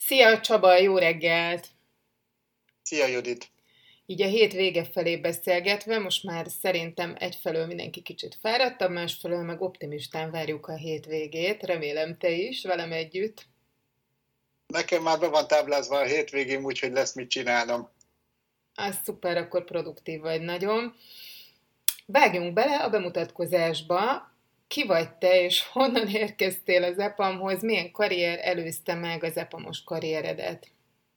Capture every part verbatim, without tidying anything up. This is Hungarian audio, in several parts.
Szia Csaba, jó reggelt! Szia, Judit! Így a hét vége felé beszélgetve, most már szerintem egyfelől mindenki kicsit fáradtabb, másfelől meg optimistán várjuk a hétvégét. Remélem te is, velem együtt. Nekem már be van táblázva a hétvégém, úgyhogy lesz mit csinálnom. Az szuper, akkor produktív vagy nagyon. Vágjunk bele a bemutatkozásba. Ki vagy te, és honnan érkeztél az epamhoz? Milyen karrier előzte meg az epamos karrieredet?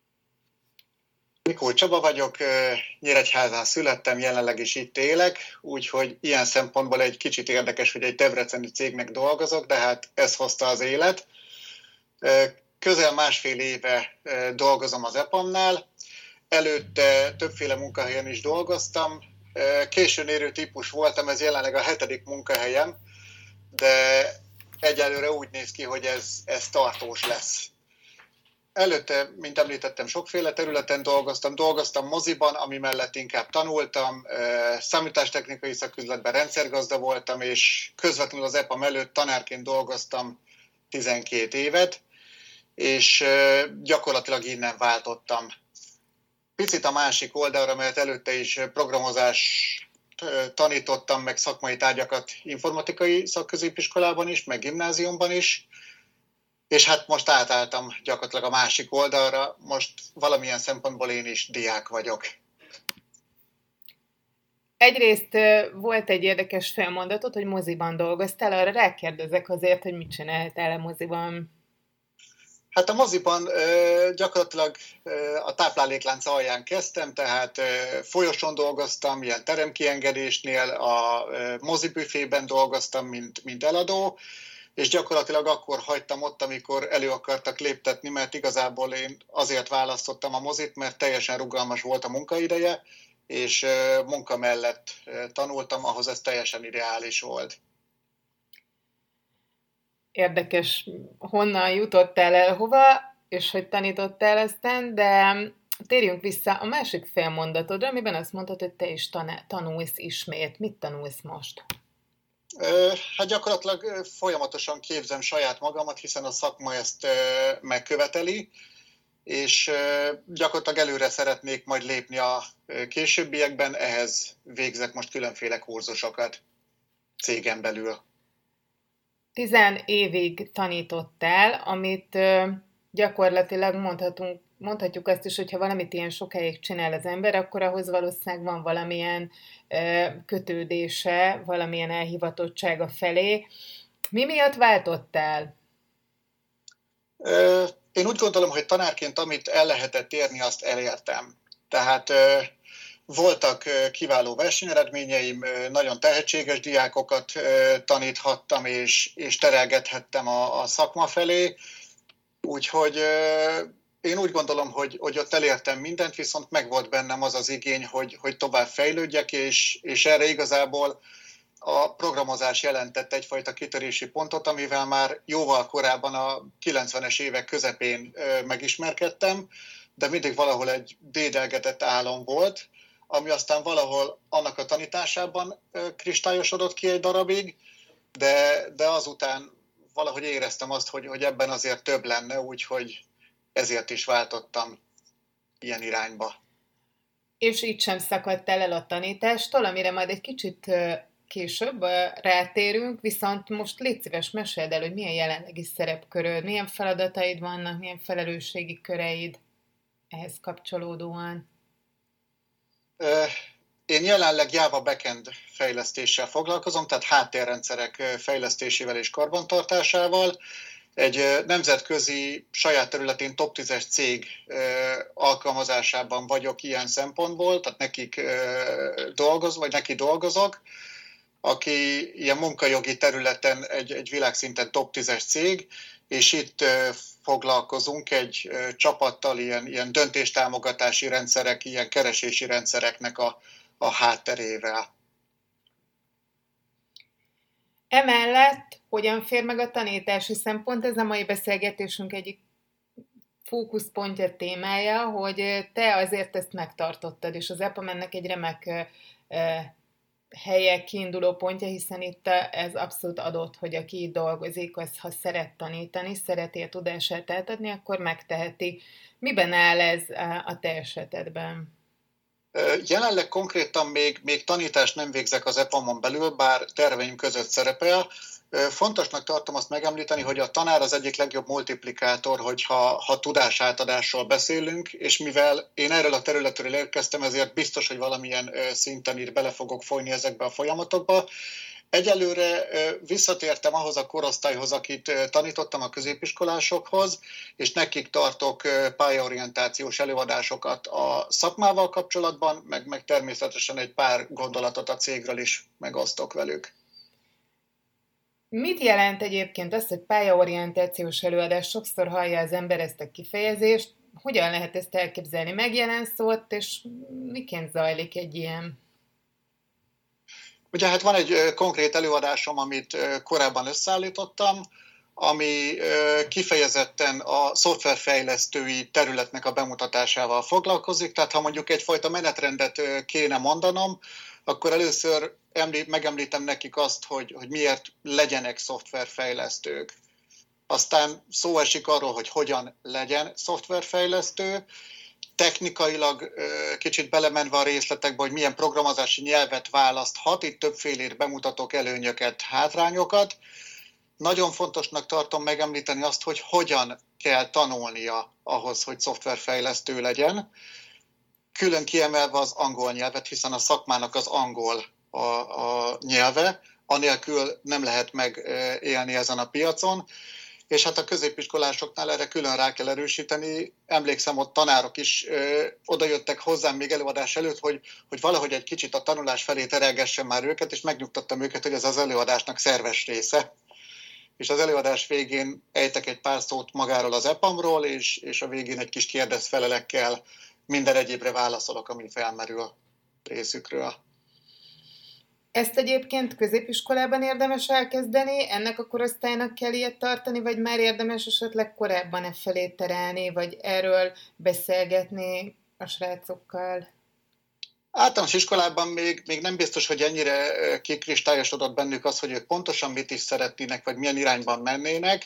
Mikó Csaba vagyok, Nyíregyházán születtem, jelenleg is itt élek, úgyhogy ilyen szempontból egy kicsit érdekes, hogy egy debreceni cégnek dolgozok, de hát ez hozta az élet. Közel másfél éve dolgozom az epamnál, előtte többféle munkahelyen is dolgoztam, későn érő típus voltam, ez jelenleg a hetedik munkahelyem, de egyelőre úgy néz ki, hogy ez, ez tartós lesz. Előtte, mint említettem, sokféle területen dolgoztam. Dolgoztam moziban, ami mellett inkább tanultam, számítástechnikai szaküzletben rendszergazda voltam, és közvetlenül az epam előtt tanárként dolgoztam tizenkét évet, és gyakorlatilag innen váltottam. Picit a másik oldalra, mert előtte is programozást tanítottam, meg szakmai tárgyakat informatikai szakközépiskolában is, meg gimnáziumban is, és hát most átálltam gyakorlatilag a másik oldalra, most valamilyen szempontból én is diák vagyok. Egyrészt volt egy érdekes felmondatod, hogy moziban dolgoztál, arra rákérdezek azért, hogy mit csináltál a moziban. Hát a moziban gyakorlatilag a tápláléklánc alján kezdtem, tehát folyosón dolgoztam, ilyen teremkiengedésnél, a mozibüfében dolgoztam, mint, mint eladó, és gyakorlatilag akkor hagytam ott, amikor elő akartak léptetni, mert igazából én azért választottam a mozit, mert teljesen rugalmas volt a munkaideje, és munka mellett tanultam, ahhoz ez teljesen ideális volt. Érdekes, honnan jutottál el hova, és hogy tanítottál aztán, de térjünk vissza a másik félmondatodra, amiben azt mondtad, hogy te is tanulsz ismét. Mit tanulsz most? Hát gyakorlatilag folyamatosan képzem saját magamat, hiszen a szakma ezt megköveteli, és gyakorlatilag előre szeretnék majd lépni a későbbiekben, ehhez végzek most különféle kurzusokat cégen belül. Tizen évig tanítottál, amit gyakorlatilag mondhatunk, mondhatjuk azt is, hogyha valamit ilyen sokáig csinál az ember, akkor ahhoz valószínűleg van valamilyen kötődése, valamilyen elhivatottsága felé. Mi miatt váltottál? Én úgy gondolom, hogy tanárként amit el lehetett érni, azt elértem. Tehát voltak kiváló versenyeredményeim, nagyon tehetséges diákokat taníthattam, és, és terelgethettem a, a szakma felé. Úgyhogy én úgy gondolom, hogy, hogy ott elértem mindent, viszont megvolt bennem az az igény, hogy, hogy tovább fejlődjek, és, és erre igazából a programozás jelentett egyfajta kitörési pontot, amivel már jóval korábban a kilencvenes évek közepén megismerkedtem, de mindig valahol egy dédelgetett álom volt, ami aztán valahol annak a tanításában kristályosodott ki egy darabig, de, de azután valahogy éreztem azt, hogy, hogy ebben azért több lenne, úgyhogy ezért is váltottam ilyen irányba. És így sem szakadtál el a tanítástól, amire majd egy kicsit később rátérünk, viszont most légy szíves, meséld el, hogy milyen jelenlegi szerepköröd, milyen feladataid vannak, milyen felelősségi köreid ehhez kapcsolódóan. Én jelenleg Java backend fejlesztéssel foglalkozom, tehát háttérrendszerek fejlesztésével és karbantartásával. Egy nemzetközi, saját területén top tízes cég alkalmazásában vagyok ilyen szempontból, tehát nekik dolgoz, vagy neki dolgozok, aki ilyen munkajogi területen egy, egy világszinten top tízes cég, és itt foglalkozunk egy csapattal ilyen, ilyen döntéstámogatási rendszerek, ilyen keresési rendszereknek a, a hátterével. Emellett hogyan fér meg a tanítási szempont? Ez a mai beszélgetésünk egyik fókuszpontja, témája, hogy te azért ezt megtartottad, és az epam ennek egy remek helye, kiinduló pontja, hiszen itt ez abszolút adott, hogy aki itt dolgozik, az ha szeret tanítani, szereti a tudását átadni, akkor megteheti. Miben áll ez a te esetedben? Jelenleg konkrétan még, még tanítást nem végzek az epamon belül, bár terveim között szerepel. Fontosnak tartom azt megemlíteni, hogy a tanár az egyik legjobb multiplikátor, hogyha ha tudásátadásról beszélünk, és mivel én erről a területről érkeztem, ezért biztos, hogy valamilyen szinten itt bele fogok folyni ezekbe a folyamatokba. Egyelőre visszatértem ahhoz a korosztályhoz, akit tanítottam, a középiskolásokhoz, és nekik tartok pályaorientációs előadásokat a szakmával kapcsolatban, meg, meg természetesen egy pár gondolatot a cégről is megosztok velük. Mit jelent egyébként az, hogy pályaorientációs előadás? Sokszor hallja az ember ezt a kifejezést. Hogyan lehet ezt elképzelni? Megjelensz ott, és miként zajlik egy ilyen? Ugye hát van egy konkrét előadásom, amit korábban összeállítottam, ami kifejezetten a szoftverfejlesztői területnek a bemutatásával foglalkozik. Tehát ha mondjuk egyfajta menetrendet kéne mondanom, akkor először megemlítem nekik azt, hogy, hogy miért legyenek szoftverfejlesztők. Aztán szó esik arról, hogy hogyan legyen szoftverfejlesztő, technikailag kicsit belemenve a részletekbe, hogy milyen programozási nyelvet választhat, itt többfélét bemutatok, előnyöket, hátrányokat. Nagyon fontosnak tartom megemlíteni azt, hogy hogyan kell tanulnia ahhoz, hogy szoftverfejlesztő legyen. Külön kiemelve az angol nyelvet, hiszen a szakmának az angol a, a nyelve, anélkül nem lehet megélni ezen a piacon. És hát a középiskolásoknál erre külön rá kell erősíteni. Emlékszem, ott tanárok is ö, odajöttek hozzám még előadás előtt, hogy, hogy valahogy egy kicsit a tanulás felé terelgessen már őket, és megnyugtattam őket, hogy ez az előadásnak szerves része. És az előadás végén ejtek egy pár szót magáról az epamról, és, és a végén egy kis kérdezfelelekkel minden egyébre válaszolok, ami felmerül részükről. Ezt egyébként középiskolában érdemes elkezdeni, ennek a korosztálynak kell ilyet tartani, vagy már érdemes esetleg korábban e felé terelni, vagy erről beszélgetni a srácokkal? Általános iskolában még, még nem biztos, hogy ennyire kikristályosodott bennük az, hogy ők pontosan mit is szeretnének, vagy milyen irányban mennének.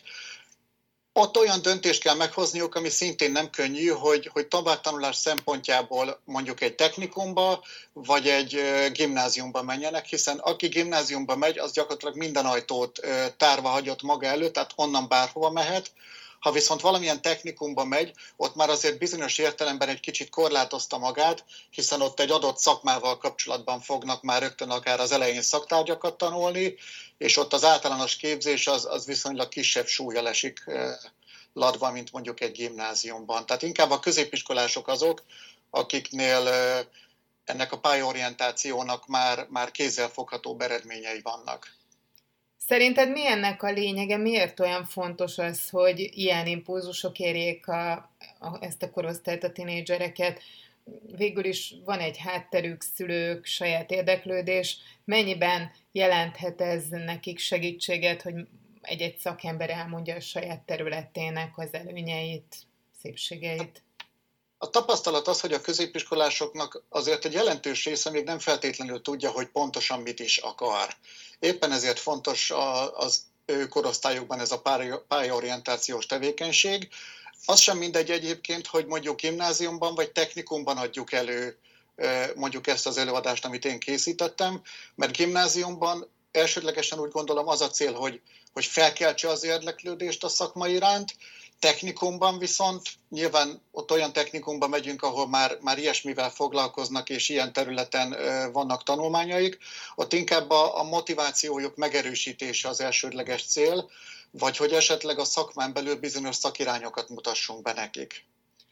Ott olyan döntést kell meghozniuk, ami szintén nem könnyű, hogy, hogy továbbtanulás szempontjából mondjuk egy technikumba, vagy egy gimnáziumba menjenek, hiszen aki gimnáziumba megy, az gyakorlatilag minden ajtót tárva hagyott maga előtt, tehát onnan bárhova mehet. Ha viszont valamilyen technikumba megy, ott már azért bizonyos értelemben egy kicsit korlátozta magát, hiszen ott egy adott szakmával kapcsolatban fognak már rögtön akár az elején szaktárgyakat tanulni, és ott az általános képzés az, az viszonylag kisebb súlya esik latba, mint mondjuk egy gimnáziumban. Tehát inkább a középiskolások azok, akiknél ennek a pályaorientációnak már, már kézzelfoghatóbb eredményei vannak. Szerinted mi ennek a lényege? Miért olyan fontos az, hogy ilyen impulzusok érjék a, a, ezt a korosztályt, a tinédzsereket? Végül is van egy hátterük, szülők, saját érdeklődés. Mennyiben jelenthet ez nekik segítséget, hogy egy-egy szakember elmondja a saját területének az előnyeit, szépségeit? A tapasztalat az, hogy a középiskolásoknak azért egy jelentős része még nem feltétlenül tudja, hogy pontosan mit is akar. Éppen ezért fontos az ő korosztályokban ez a pályaorientációs tevékenység. Az sem mindegy egyébként, hogy mondjuk gimnáziumban vagy technikumban adjuk elő mondjuk ezt az előadást, amit én készítettem, mert gimnáziumban elsődlegesen úgy gondolom az a cél, hogy, hogy felkeltse az érdeklődést a szakma iránt, technikumban viszont nyilván ott olyan technikumban megyünk, ahol már, már ilyesmivel foglalkoznak, és ilyen területen vannak tanulmányaik, ott inkább a, a motivációjuk megerősítése az elsődleges cél, vagy hogy esetleg a szakmán belül bizonyos szakirányokat mutassunk be nekik.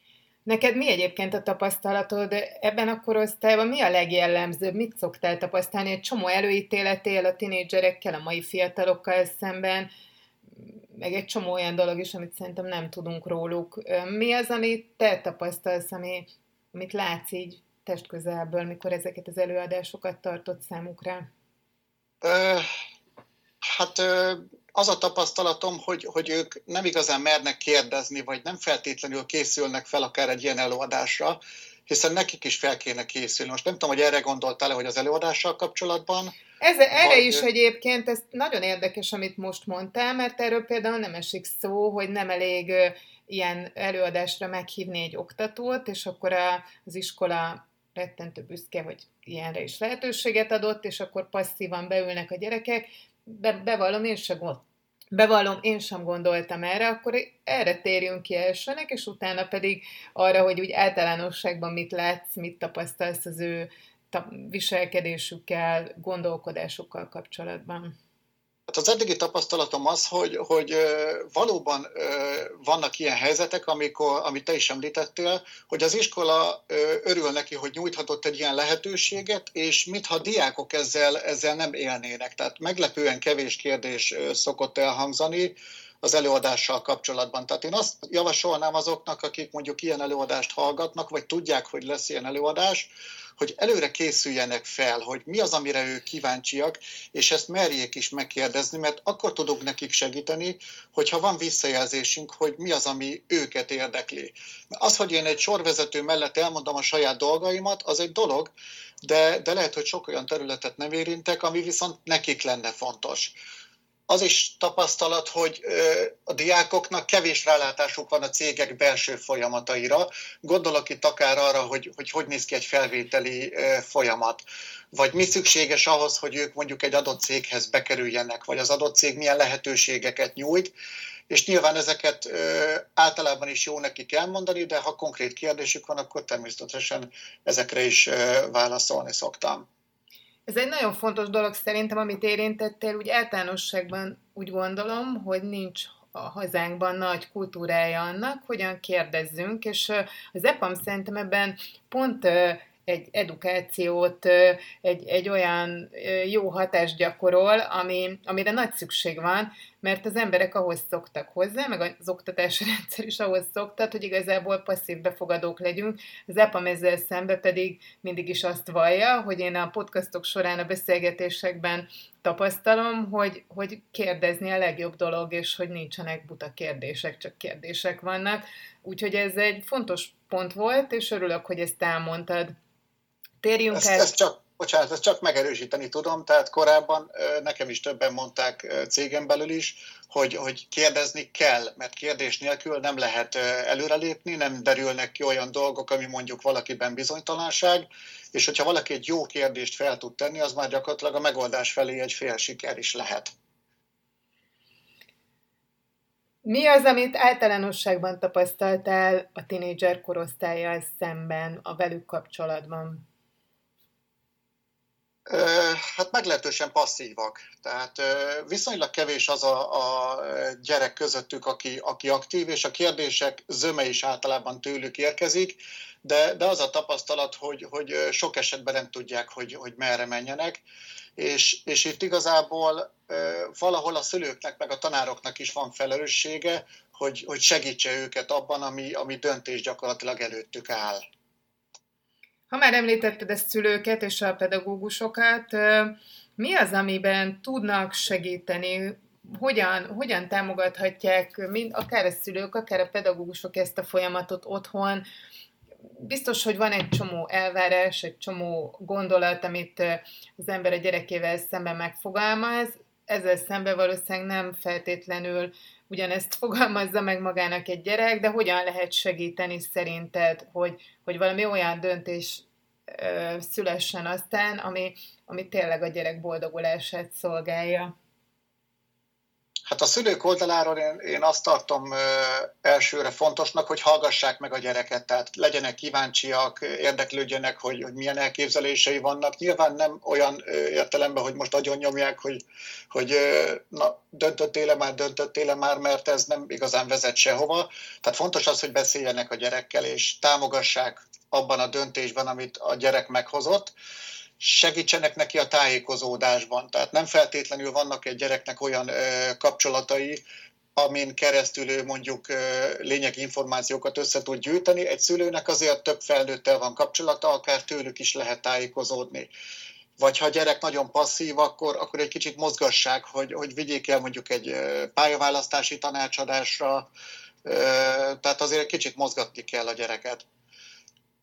Neked mi egyébként a tapasztalatod ebben a korosztályban? Mi a legjellemzőbb? Mit szoktál tapasztalni? Egy csomó előítélet él a tinédzserekkel, a mai fiatalokkal szemben, meg egy csomó olyan dolog is, amit szerintem nem tudunk róluk. Mi az, amit te tapasztalsz, ami, amit látsz így testközelből, mikor ezeket az előadásokat tartott számukra? Ö, hát ö, az a tapasztalatom, hogy, hogy ők nem igazán mernek kérdezni, vagy nem feltétlenül készülnek fel akár egy ilyen előadásra, hiszen nekik is fel kéne készülni. Most nem tudom, hogy erre gondoltál-e, hogy az előadással kapcsolatban, Ez, erre vagy... is egyébként, ez nagyon érdekes, amit most mondtál, mert erről például nem esik szó, hogy nem elég ö, ilyen előadásra meghívni egy oktatót, és akkor a, az iskola rettentő büszke, hogy ilyenre is lehetőséget adott, és akkor passzívan beülnek a gyerekek. Be, bevallom, én sem gond, bevallom, én sem gondoltam erre, akkor erre térjünk ki elsőnek, és utána pedig arra, hogy úgy általánosságban mit látsz, mit tapasztalsz az ő viselkedésükkel, gondolkodásukkal kapcsolatban. Hát az eddigi tapasztalatom az, hogy, hogy valóban vannak ilyen helyzetek, amikor, amit te is említettél, hogy az iskola örül neki, hogy nyújthatott egy ilyen lehetőséget, és mintha a diákok ezzel, ezzel nem élnének. Tehát meglepően kevés kérdés szokott elhangzani az előadással kapcsolatban. Tehát én azt javasolnám azoknak, akik mondjuk ilyen előadást hallgatnak, vagy tudják, hogy lesz ilyen előadás, hogy előre készüljenek fel, hogy mi az, amire ők kíváncsiak, és ezt merjék is megkérdezni, mert akkor tudunk nekik segíteni, hogyha van visszajelzésünk, hogy mi az, ami őket érdekli. Az, hogy én egy sorvezető mellett elmondom a saját dolgaimat, az egy dolog, de, de lehet, hogy sok olyan területet nem érintek, ami viszont nekik lenne fontos. Az is tapasztalat, hogy a diákoknak kevés rálátásuk van a cégek belső folyamataira. Gondolok itt akár arra, hogy hogy, hogy néz ki egy felvételi folyamat, vagy mi szükséges ahhoz, hogy ők mondjuk egy adott céghez bekerüljenek, vagy az adott cég milyen lehetőségeket nyújt, és nyilván ezeket általában is jó nekik elmondani, de ha konkrét kérdésük van, akkor természetesen ezekre is válaszolni szoktam. Ez egy nagyon fontos dolog szerintem, amit érintettél, úgy általánosságban úgy gondolom, hogy nincs a hazánkban nagy kultúrája annak, hogyan kérdezzünk, és az e pam szerintem ebben pont egy edukációt, egy, egy olyan jó hatást gyakorol, ami, amire nagy szükség van, mert az emberek ahhoz szoktak hozzá, meg az oktatási rendszer is ahhoz szoktat, hogy igazából passzív befogadók legyünk. Az e pam ezzel szembe pedig mindig is azt vallja, hogy én a podcastok során, a beszélgetésekben tapasztalom, hogy, hogy kérdezni a legjobb dolog, és hogy nincsenek buta kérdések, csak kérdések vannak. Úgyhogy ez egy fontos pont volt, és örülök, hogy ezt elmondtad. Térjünk ezt, el... ezt csak, bocsánat, ezt csak megerősíteni tudom, tehát korábban nekem is többen mondták cégem belül is, hogy, hogy kérdezni kell, mert kérdés nélkül nem lehet előrelépni, nem derülnek ki olyan dolgok, ami mondjuk valakiben bizonytalanság, és hogyha valaki egy jó kérdést fel tud tenni, az már gyakorlatilag a megoldás felé egy fél siker is lehet. Mi az, amit általánosságban tapasztaltál a tínédzser korosztállyal szemben, a velük kapcsolatban? Hát meglehetősen passzívak. Tehát viszonylag kevés az a, a gyerek közöttük, aki, aki aktív, és a kérdések zöme is általában tőlük érkezik, de, de az a tapasztalat, hogy, hogy sok esetben nem tudják, hogy, hogy merre menjenek, és, és itt igazából valahol a szülőknek, meg a tanároknak is van felelőssége, hogy, hogy segítse őket abban, ami, ami döntés gyakorlatilag előttük áll. Ha már említetted a szülőket és a pedagógusokat, mi az, amiben tudnak segíteni? Hogyan, hogyan támogathatják mind, akár a szülők, akár a pedagógusok ezt a folyamatot otthon? Biztos, hogy van egy csomó elvárás, egy csomó gondolat, amit az ember a gyerekével szemben megfogalmaz. Ezzel szemben valószínűleg nem feltétlenül ugyanezt fogalmazza meg magának egy gyerek, de hogyan lehet segíteni szerinted, hogy, hogy valami olyan döntés ö, szülessen aztán, ami, ami tényleg a gyerek boldogulását szolgálja? Hát a szülők oldaláról én, én azt tartom ö, elsőre fontosnak, hogy hallgassák meg a gyereket, tehát legyenek kíváncsiak, érdeklődjenek, hogy, hogy milyen elképzelései vannak. Nyilván nem olyan ö, értelemben, hogy most agyon nyomják, hogy, hogy ö, na, döntöttél-e már, döntöttél-e már, mert ez nem igazán vezet sehova. Tehát fontos az, hogy beszéljenek a gyerekkel, és támogassák abban a döntésben, amit a gyerek meghozott. Segítsenek neki a tájékozódásban. Tehát nem feltétlenül vannak egy gyereknek olyan ö, kapcsolatai, amin keresztül ő mondjuk ö, lényegi információkat össze tud gyűjteni. Egy szülőnek azért több felnőttel van kapcsolata, akár tőlük is lehet tájékozódni. Vagy ha a gyerek nagyon passzív, akkor, akkor egy kicsit mozgassák, hogy, hogy vigyék el mondjuk egy pályaválasztási tanácsadásra, ö, tehát azért egy kicsit mozgatni kell a gyereket.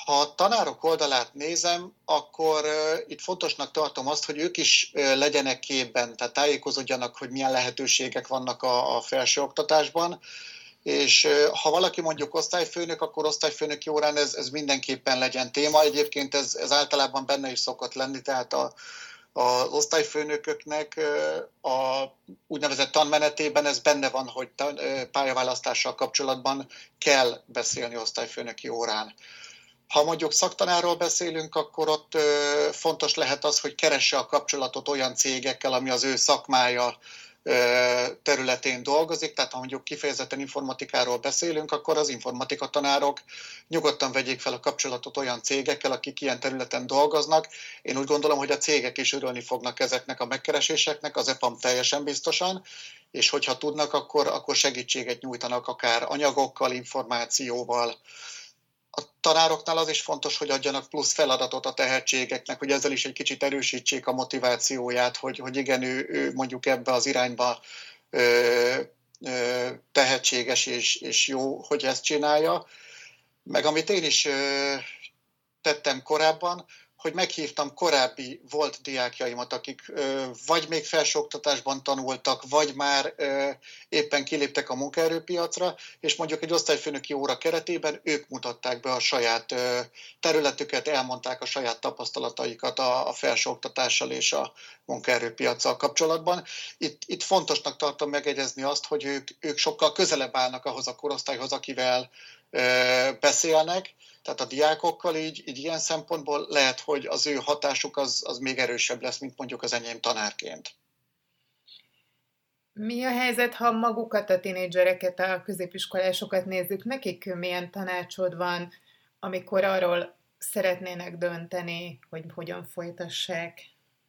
Ha a tanárok oldalát nézem, akkor uh, itt fontosnak tartom azt, hogy ők is uh, legyenek képben, tehát tájékozódjanak, hogy milyen lehetőségek vannak a, a felsőoktatásban, és uh, ha valaki mondjuk osztályfőnök, akkor osztályfőnöki órán ez, ez mindenképpen legyen téma. Egyébként ez, ez általában benne is szokott lenni, tehát a, az osztályfőnököknek uh, a úgynevezett tanmenetében ez benne van, hogy tan, uh, pályaválasztással kapcsolatban kell beszélni osztályfőnöki órán. Ha mondjuk szaktanáról beszélünk, akkor ott ö, fontos lehet az, hogy keresse a kapcsolatot olyan cégekkel, ami az ő szakmája ö, területén dolgozik. Tehát ha mondjuk kifejezetten informatikáról beszélünk, akkor az informatika tanárok nyugodtan vegyék fel a kapcsolatot olyan cégekkel, akik ilyen területen dolgoznak. Én úgy gondolom, hogy a cégek is örülni fognak ezeknek a megkereséseknek, az EPAM teljesen biztosan, és hogyha tudnak, akkor, akkor segítséget nyújtanak akár anyagokkal, információval. A tanároknál az is fontos, hogy adjanak plusz feladatot a tehetségeknek, hogy ezzel is egy kicsit erősítsék a motivációját, hogy, hogy igen, ő, ő mondjuk ebbe az irányba ö, ö, tehetséges és, és jó, hogy ezt csinálja. Meg amit én is ö, tettem korábban, hogy meghívtam korábbi volt diákjaimat, akik ö, vagy még felsőoktatásban tanultak, vagy már ö, éppen kiléptek a munkaerőpiacra, és mondjuk egy osztályfőnöki óra keretében ők mutatták be a saját ö, területüket, elmondták a saját tapasztalataikat a, a felsőoktatással és a munkaerőpiacsal kapcsolatban. Itt, itt fontosnak tartom megegyezni azt, hogy ők, ők sokkal közelebb állnak ahhoz a korosztályhoz, akivel ö, beszélnek, tehát a diákokkal így, így ilyen szempontból lehet, hogy az ő hatásuk az, az még erősebb lesz, mint mondjuk az enyém tanárként. Mi a helyzet, ha magukat, a tinédzsereket, a középiskolásokat nézzük, nekik milyen tanácsod van, amikor arról szeretnének dönteni, hogy hogyan folytassák?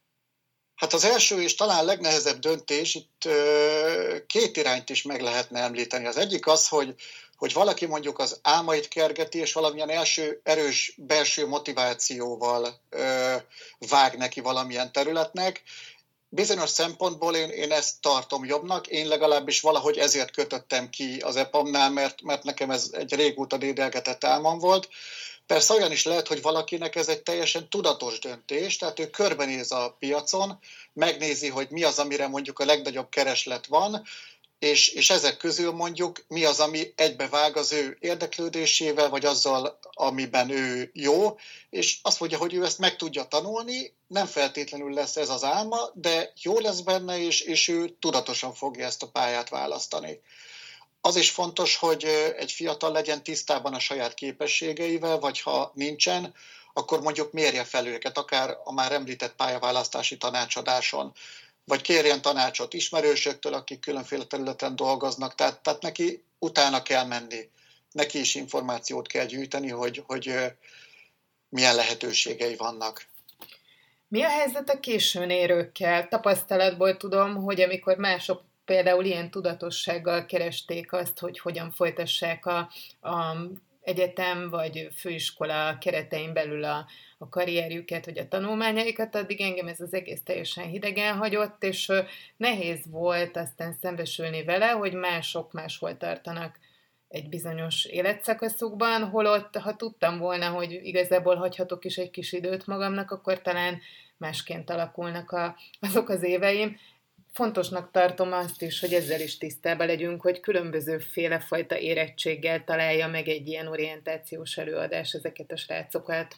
Hát az első és talán legnehezebb döntés, itt ö, két irányt is meg lehetne említeni. Az egyik az, hogy hogy valaki mondjuk az álmait kergeti, és valamilyen első erős belső motivációval ö, vág neki valamilyen területnek. Bizonyos szempontból én, én ezt tartom jobbnak, én legalábbis valahogy ezért kötöttem ki az EPAM-nál, mert, mert nekem ez egy régóta dédelgetett álmom volt. Persze olyan is lehet, hogy valakinek ez egy teljesen tudatos döntés, tehát ő körbenéz a piacon, megnézi, hogy mi az, amire mondjuk a legnagyobb kereslet van, És, és ezek közül mondjuk mi az, ami egybevág az ő érdeklődésével, vagy azzal, amiben ő jó, és azt mondja, hogy ő ezt meg tudja tanulni, nem feltétlenül lesz ez az álma, de jó lesz benne, és, és ő tudatosan fogja ezt a pályát választani. Az is fontos, hogy egy fiatal legyen tisztában a saját képességeivel, vagy ha nincsen, akkor mondjuk mérje fel őket, akár a már említett pályaválasztási tanácsadáson, vagy kérjen tanácsot ismerősöktől, akik különféle területen dolgoznak, tehát, tehát neki utána kell menni. Neki is információt kell gyűjteni, hogy, hogy milyen lehetőségei vannak. Mi a helyzet a későn érőkkel? Tapasztalatból tudom, hogy amikor mások például ilyen tudatossággal keresték azt, hogy hogyan folytassák a, a egyetem vagy főiskola keretein belül a, a karrierjüket, vagy a tanulmányaikat, addig engem ez az egész teljesen hidegen hagyott, és nehéz volt aztán szembesülni vele, hogy mások máshol tartanak egy bizonyos életszakaszukban, holott, ha tudtam volna, hogy igazából hagyhatok is egy kis időt magamnak, akkor talán másként alakulnak a, azok az éveim. Fontosnak tartom azt is, hogy ezzel is tisztában legyünk, hogy különböző félefajta érettséggel találja meg egy ilyen orientációs előadás ezeket a srácokat.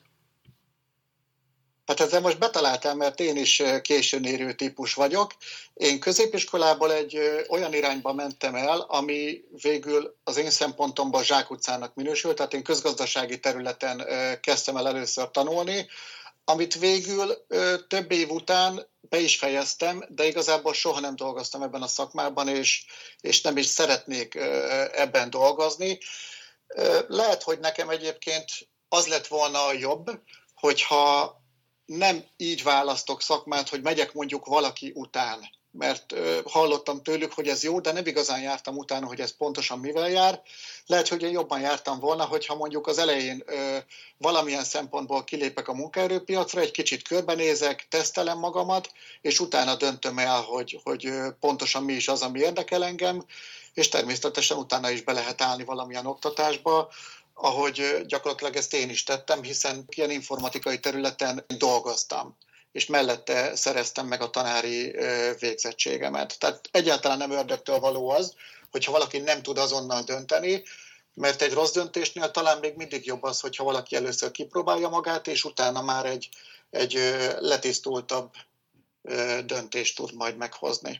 Hát ezzel most betaláltam, mert én is későn érő típus vagyok. Én középiskolából egy olyan irányba mentem el, ami végül az én szempontomban zsákutcának minősült, tehát én közgazdasági területen kezdtem el először tanulni, amit végül több év után be is fejeztem, de igazából soha nem dolgoztam ebben a szakmában, és, és nem is szeretnék ebben dolgozni. Lehet, hogy nekem egyébként az lett volna jobb, hogyha nem így választok szakmát, hogy megyek mondjuk valaki után, mert ö, hallottam tőlük, hogy ez jó, de nem igazán jártam utána, hogy ez pontosan mivel jár. Lehet, hogy én jobban jártam volna, hogyha mondjuk az elején ö, valamilyen szempontból kilépek a munkaerőpiacra, egy kicsit körbenézek, tesztelem magamat, és utána döntöm el, hogy, hogy pontosan mi is az, ami érdekel engem, és természetesen utána is be lehet állni valamilyen oktatásba. ahogy gyakorlatilag ezt én is tettem, hiszen ilyen informatikai területen dolgoztam, és mellette szereztem meg a tanári végzettségemet. Tehát egyáltalán nem ördögtől való az, hogyha valaki nem tud azonnal dönteni, mert egy rossz döntésnél talán még mindig jobb az, hogyha valaki először kipróbálja magát, és utána már egy, egy letisztultabb döntést tud majd meghozni.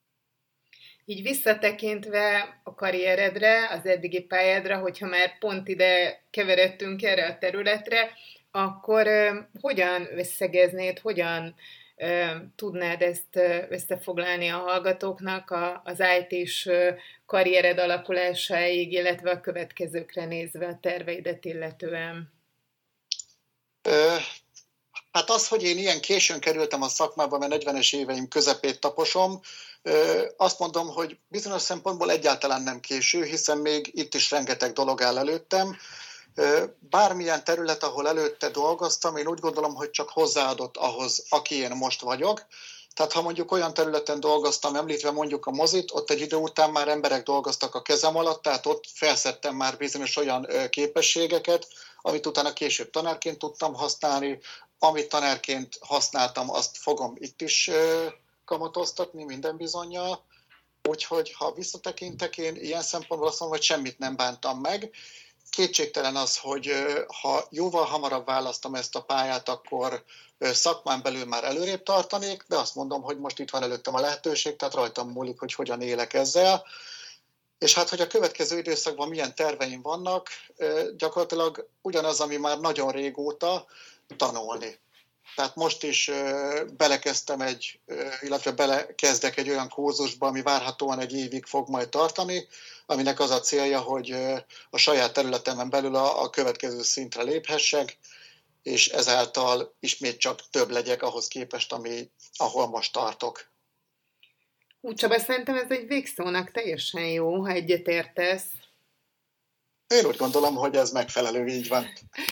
Így visszatekintve a karrieredre, az eddigi pályádra, hogyha már pont ide keveredtünk erre a területre, akkor uh, hogyan összegeznéd, hogyan uh, tudnád ezt uh, összefoglalni a hallgatóknak a, az í té-s uh, karriered alakulásáig, illetve a következőkre nézve a terveidet illetően? Ö, hát az, hogy én ilyen későn kerültem a szakmába, mert negyvenes éveim közepét taposom, ö, azt mondom, hogy bizonyos szempontból egyáltalán nem késő, hiszen még itt is rengeteg dolog áll előttem. Bármilyen terület, ahol előtte dolgoztam, én úgy gondolom, hogy csak hozzáadott ahhoz, aki én most vagyok. Tehát ha mondjuk olyan területen dolgoztam, említve mondjuk a mozit, ott egy idő után már emberek dolgoztak a kezem alatt, tehát ott felszedtem már bizonyos olyan képességeket, amit utána később tanárként tudtam használni, amit tanárként használtam, azt fogom itt is kamatoztatni minden bizonnyal. Úgyhogy ha visszatekintek, én ilyen szempontból azt mondom, hogy semmit nem bántam meg. Kétségtelen az, hogy ha jóval hamarabb választom ezt a pályát, akkor szakmán belül már előrébb tartanék, de azt mondom, hogy most itt van előttem a lehetőség, tehát rajtam múlik, hogy hogyan élek ezzel. És hát, hogy a következő időszakban milyen terveim vannak, gyakorlatilag ugyanaz, ami már nagyon régóta, tanulni. Tehát most is belekezdtem egy, illetve belekezdek egy olyan kurzusba, ami várhatóan egy évig fog majd tartani, aminek az a célja, hogy a saját területemen belül a, a következő szintre léphessek, és ezáltal ismét csak több legyek ahhoz képest, ami, ahol most tartok. Hú, Csaba, szerintem ez egy végszónak teljesen jó, ha egyetértesz. Én úgy gondolom, hogy ez megfelelő, így van.